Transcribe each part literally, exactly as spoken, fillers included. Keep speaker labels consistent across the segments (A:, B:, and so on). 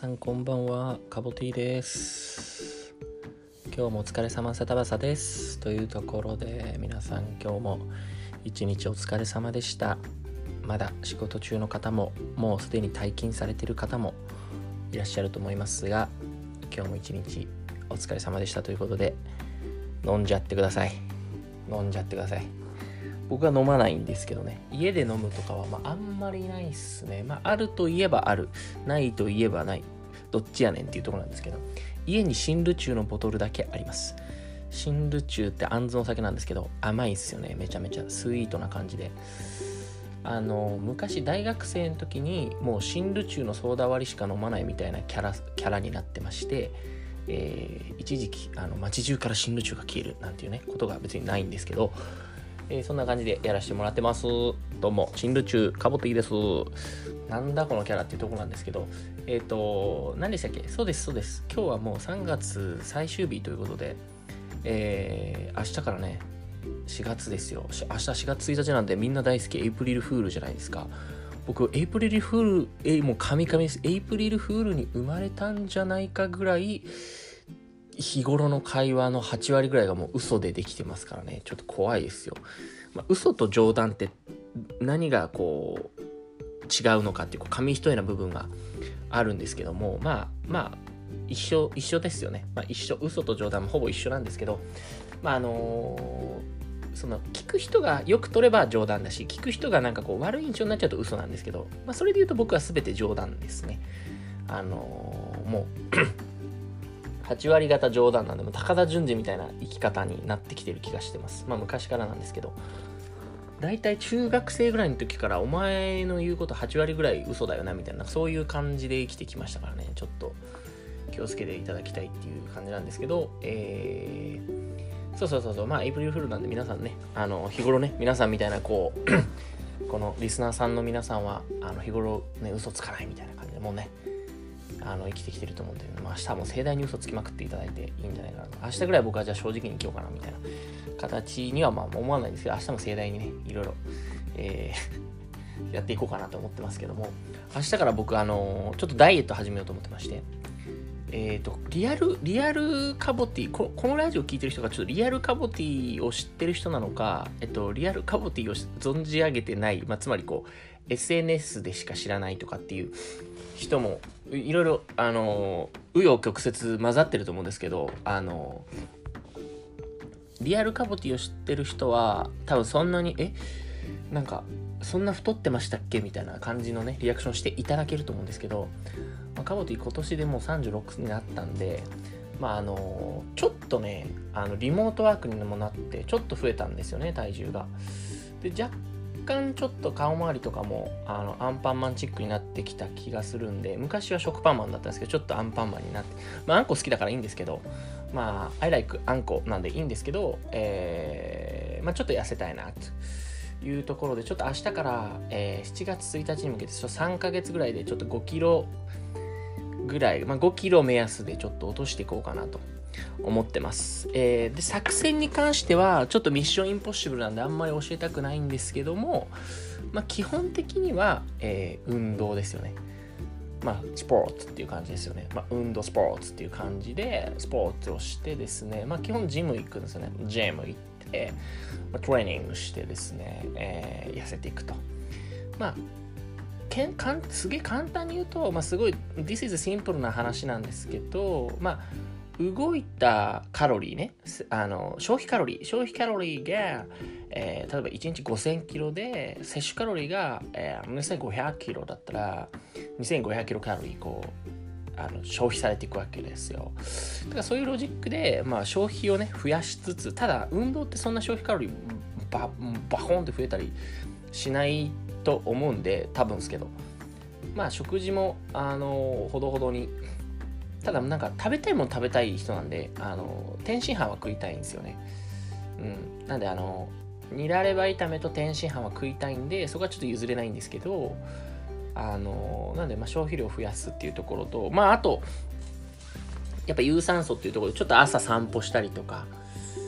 A: さんこんばんは、カボティです。今日もお疲れ様サタバサですというところで、皆さん今日も一日お疲れ様でした。まだ仕事中の方も、もうすでに退勤されている方もいらっしゃると思いますが、今日も一日お疲れ様でしたということで、飲んじゃってください飲んじゃってください。僕は飲まないんですけどね、家で飲むとかはまああんまりないっすね。まああるといえばある、ないといえばない、どっちやねんっていうところなんですけど、家に新ルチューのボトルだけあります。新ルチューってあんずの酒なんですけど、甘いっすよね。めちゃめちゃスイートな感じで、あの昔大学生の時にもう新ルチューのソーダ割りしか飲まないみたいなキャラキャラになってまして、えー、一時期あの街中から新ルチューが消えるなんていうねことが別にないんですけど、えー、そんな感じでやらせてもらってます。どうも、新ルチューカボティです。なんだこのキャラっていうところなんですけど、えっ、ー、と何でしたっけ。そうですそうです、今日はもうさんがつ最終日ということで、えー、明日からねしがつですよ。明日しがつついたちなんで、みんな大好きエイプリルフールじゃないですか。僕エイプリルフール、えー、もう神々です。エイプリルフールに生まれたんじゃないかぐらい、日頃の会話のはちわりぐらいがもう嘘でできてますからね。ちょっと怖いですよ。まあ、嘘と冗談って何がこう違うのかっていう、こう紙一重な部分があるんですけども、まあまあ一緒一緒ですよね。まあ一緒、嘘と冗談もほぼ一緒なんですけど、まああのー、その聞く人がよく取れば冗談だし、聞く人がなんかこう悪い印象になっちゃうと嘘なんですけど、まあそれで言うと僕は全て冗談ですね。あのー、もうはちわり方冗談なんで、も高田純次みたいな生き方になってきてる気がしてます。まあ昔からなんですけど、だいたい中学生ぐらいの時からお前の言うことはちわりぐらい嘘だよなみたいな、そういう感じで生きてきましたからね。ちょっと気をつけていただきたいっていう感じなんですけど、えー、そうそうそうそう、まあエイプリルフールなんで皆さんね、あの日頃ね、皆さんみたいなこうこのリスナーさんの皆さんはあの日頃ね嘘つかないみたいな感じでもうね、あの生きてきてると思うんで、まあ、明日はもう盛大に嘘つきまくっていただいていいんじゃないかなと。明日ぐらい僕はじゃあ正直に生きようかなみたいな形にはまあ思わないんですけど、明日も盛大にねいろいろ、えー、やっていこうかなと思ってますけども、明日から僕あのー、ちょっとダイエット始めようと思ってまして、えっとリアルリアルカボティ、ここのラジオ聞いてる人がちょっとリアルカボティを知ってる人なのか、えっとリアルカボティを存じ上げてない、まあ、つまりこう エスエヌエス でしか知らないとかっていう人もいろいろあの紆余曲折混ざってると思うんですけど、あのリアルカボティを知ってる人は多分そんなにえなんかそんな太ってましたっけみたいな感じのねリアクションしていただけると思うんですけど、まあ、カボティ今年でもうさんじゅうろくになったんで、まああのちょっとねあのリモートワークにもなってちょっと増えたんですよね、体重が。で若干ちょっと顔周りとかもあのアンパンマンチックになってきた気がするんで、昔は食パンマンだったんですけどちょっとアンパンマンになって、まああんこ好きだからいいんですけど、まあ I like あんこなんでいいんですけど、えー、まあちょっと痩せたいなというところで、ちょっと明日から、えー、しちがつついたちに向けてさんかげつぐらいでちょっとごキロぐらい、まあごキロ目安でちょっと落としていこうかなと思ってます。えー、で作戦に関してはちょっとミッションインポッシブルなんであんまり教えたくないんですけども、まあ基本的には、えー、運動ですよね。まあスポーツっていう感じですよね。まあ運動スポーツっていう感じでスポーツをしてですね、まあ基本ジム行くんですよね。ジム行って、まあ、トレーニングしてですね、えー、痩せていくと。まあけんかんすげえ簡単に言うと、まあすごい This is simple な話なんですけど、まあ動いたカロリーね、あの消費カロリー消費カロリーが、えー、例えばいちにちごせんキロで摂取カロリーが、えー、にせんごひゃくキロだったらにせんごひゃくキロカロリーこうあの消費されていくわけですよ。だからそういうロジックで、まあ、消費をね増やしつつ、ただ運動ってそんな消費カロリーババコンって増えたりしないと思うんで、多分ですけど、まあ食事もあのほどほどに、ただなんか食べたいもの食べたい人なんで、あの天津飯は食いたいんですよね。うん、なんであのニラレバ炒めと天津飯は食いたいんで、そこはちょっと譲れないんですけど、あのなんでまあ消費量を増やすっていうところと、まああとやっぱ有酸素っていうところでちょっと朝散歩したりとか、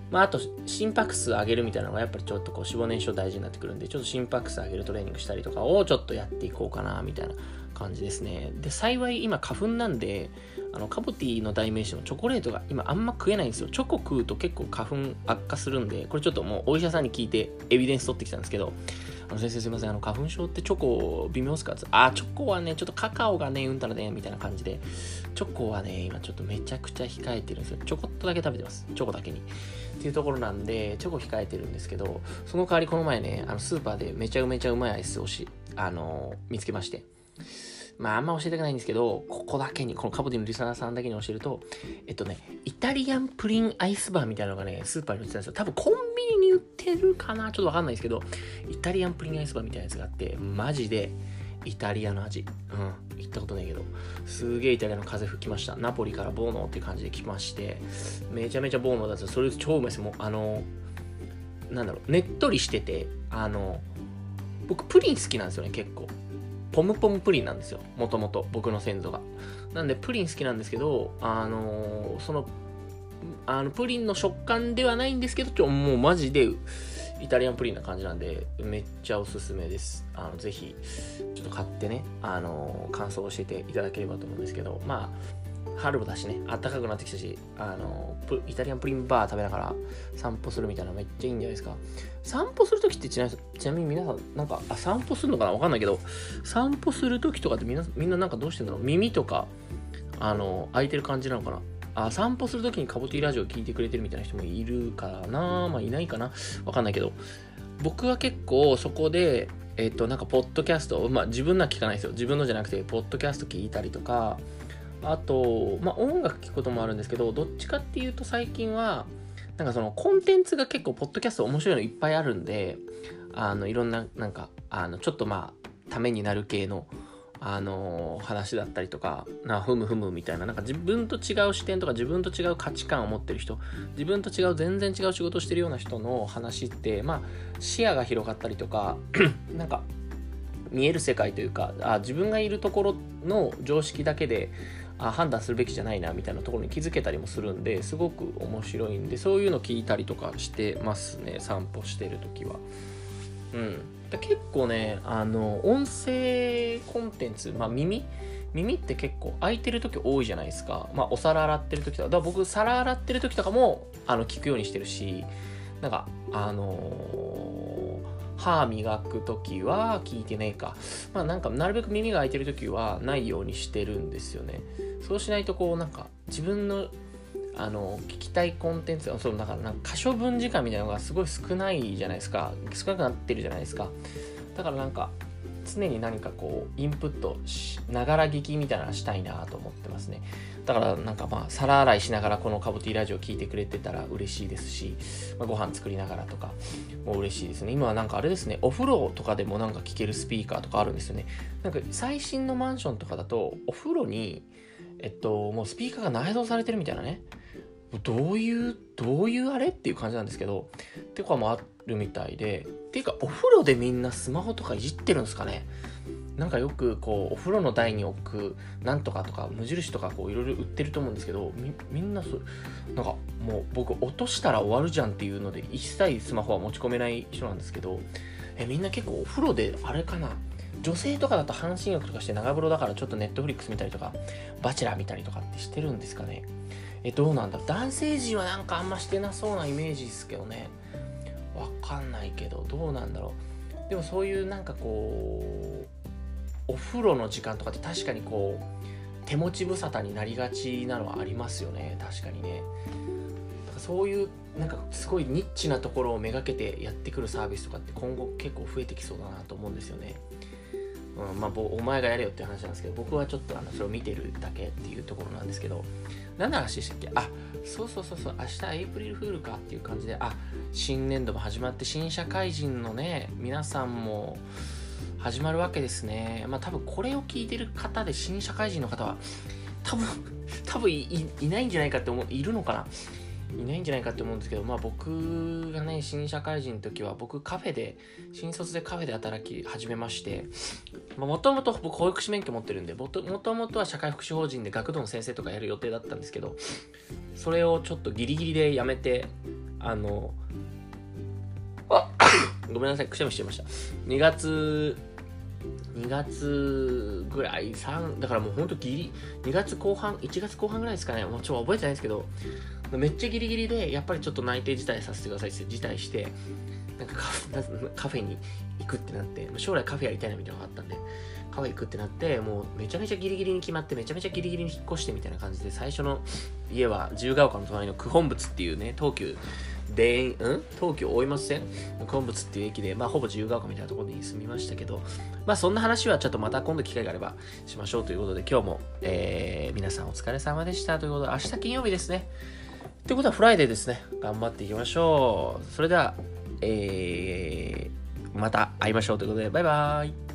A: まああと心拍数上げるみたいなのがやっぱりちょっとこう脂肪燃焼大事になってくるんで、ちょっと心拍数上げるトレーニングしたりとかをちょっとやっていこうかなみたいな感じですね。で幸い今花粉なんで、あのカボティの代名詞のチョコレートが今あんま食えないんですよ。チョコ食うと結構花粉悪化するんで、これちょっともうお医者さんに聞いてエビデンス取ってきたんですけど、あの先生すいません、あの花粉症ってチョコ微妙ですか？あ、チョコはねちょっとカカオがねうんたらねみたいな感じで、チョコはね今ちょっとめちゃくちゃ控えてるんですよ。ちょこっとだけ食べてます、チョコだけにっていうところなんでチョコ控えてるんですけど、その代わりこの前ねあのスーパーでめちゃめちゃうまいアイスをしあのー、見つけまして、まああんま教えたくないんですけど、ここだけにこのカボティのリスナーさんだけに教えると、えっとねイタリアンプリンアイスバーみたいなのがねスーパーに売ってたんですよ。多分コンビニに売ってるかな、ちょっとわかんないですけど、イタリアンプリンアイスバーみたいなやつがあって、マジでイタリアの味、うん行ったことないけどすげえイタリアの風吹きました。ナポリからボーノっていう感じで来まして、めちゃめちゃボーノだったんですよ。それ超うまいです。もうあのなんだろう、ねっとりしてて、あの僕プリン好きなんですよね。結構ポムポムプリンなんですよ、もともと僕の先祖が。なんでプリン好きなんですけど、あのー、そのあのプリンの食感ではないんですけど、ちょもうマジでイタリアンプリンな感じなんでめっちゃおすすめです。あのぜひちょっと買ってね、あのー、感想を教えていただければと思うんですけど、まあ春だしね、暖かくなってきたし、あのイタリアンプリンバー食べながら散歩するみたいなのめっちゃいいんじゃないですか。散歩するときってちなちなみに皆さんなんかあ散歩するのかなわかんないけど、散歩するときとかってみんなみんななんかどうしてんだろう、耳とかあの開いてる感じなのかな。あ散歩するときにカボティラジオ聞いてくれてるみたいな人もいるかな、まあいないかな、わかんないけど、僕は結構そこでえっとなんかポッドキャスト、まあ自分のは聞かないですよ、自分のじゃなくてポッドキャスト聞いたりとか、あと、まあ、音楽聴くこともあるんですけど、どっちかっていうと最近はなんかそのコンテンツが結構ポッドキャスト面白いのいっぱいあるんで、あのいろんななんかあのちょっとまあためになる系のあのー、話だったりとか、なふむふむみたいな、なんか自分と違う視点とか自分と違う価値観を持ってる人、自分と違う全然違う仕事をしてるような人の話ってまあ視野が広がったりとかなんか見える世界というか、あ自分がいるところの常識だけであ判断するべきじゃないなみたいなところに気づけたりもするんで、すごく面白いんで、そういうの聞いたりとかしてますね、散歩してるときは。うんで結構ね、あの音声コンテンツ、まあ耳耳って結構空いてるとき多いじゃないですか。まあお皿洗ってるときとか、だから僕皿洗ってるときとかもあの聞くようにしてるし、なんかあのー、歯磨くときは聞いてねえか、まあなんかなるべく耳が開いてるときはないようにしてるんですよね。そうしないとこうなんか自分のあの聞きたいコンテンツ、そうだからなんか可処分時間みたいなのがすごい少ないじゃないですか、少なくなってるじゃないですか。だからなんか常に何かこうインプットしながら聞きみたいなのしたいなと思ってますね。だからなんかまあ皿洗いしながらこのカボティラジオ聞いてくれてたら嬉しいですし、まあ、ご飯作りながらとかも嬉しいですね。今はなんかあれですね、お風呂とかでもなんか聞けるスピーカーとかあるんですよね。なんか最新のマンションとかだとお風呂にえっともうスピーカーが内蔵されてるみたいなね、どういうどういうあれっていう感じなんですけど、ってかもあるみたいで、っていうかお風呂でみんなスマホとかいじってるんですかね。なんかよくこうお風呂の台に置くなんとかとか無印とかこういろいろ売ってると思うんですけど、 み, みんなそなんかもう僕落としたら終わるじゃんっていうので一切スマホは持ち込めない人なんですけど、えみんな結構お風呂であれかな、女性とかだと半身浴とかして長風呂だからちょっとネットフリックス見たりとかバチェラー見たりとかってしてるんですかね。えどうなんだ、男性陣はなんかあんましてなそうなイメージですけどね、わかんないけどどうなんだろう。でもそういうなんかこうお風呂の時間とかって確かにこう手持ち無沙汰になりがちなのはありますよね。確かにね。だからそういうなんかすごいニッチなところをめがけてやってくるサービスとかって今後結構増えてきそうだなと思うんですよね。うん、まあお前がやれよっていう話なんですけど、僕はちょっとあのそれを見てるだけっていうところなんですけど、何の話でしたっけ。あ、そうそうそうそう、明日エイプリルフールかっていう感じで、あ、新年度も始まって新社会人のね皆さんも始まるわけですね。まあ多分これを聞いてる方で新社会人の方は多分多分 い, い, いないんじゃないかって思う、いるのかな、いないんじゃないかって思うんですけど、まあ僕がね新社会人の時は僕カフェで新卒でカフェで働き始めまして、もともと僕保育士免許持ってるんで、もともとは社会福祉法人で学童の先生とかやる予定だったんですけど、それをちょっとギリギリでやめてあのあごめんなさい、くしゃみしてました。にがつにがつぐらいさんだからもうほんとギリにがつこう半いちがつこう半ぐらいですかね。もうちょっと覚えてないんですけど、めっちゃギリギリでやっぱりちょっと内定辞退させてくださいって辞退して、なんかカフェ、カフェに行くってなって、将来カフェやりたいなみたいなのがあったんで、カフェ行くってなって、もうめちゃめちゃギリギリに決まって、めちゃめちゃギリギリに引っ越してみたいな感じで、最初の家は自由が丘の隣の九本仏っていうね、東急でん東急大井松線九本仏っていう駅で、まあほぼ自由が丘みたいなところに住みましたけど、まあそんな話はちょっとまた今度機会があればしましょうということで、今日も、えー、皆さんお疲れ様でしたということで、明日金曜日ですね。ということはフライデーですね。頑張っていきましょう。それでは、えー、また会いましょうということで、バイバーイ。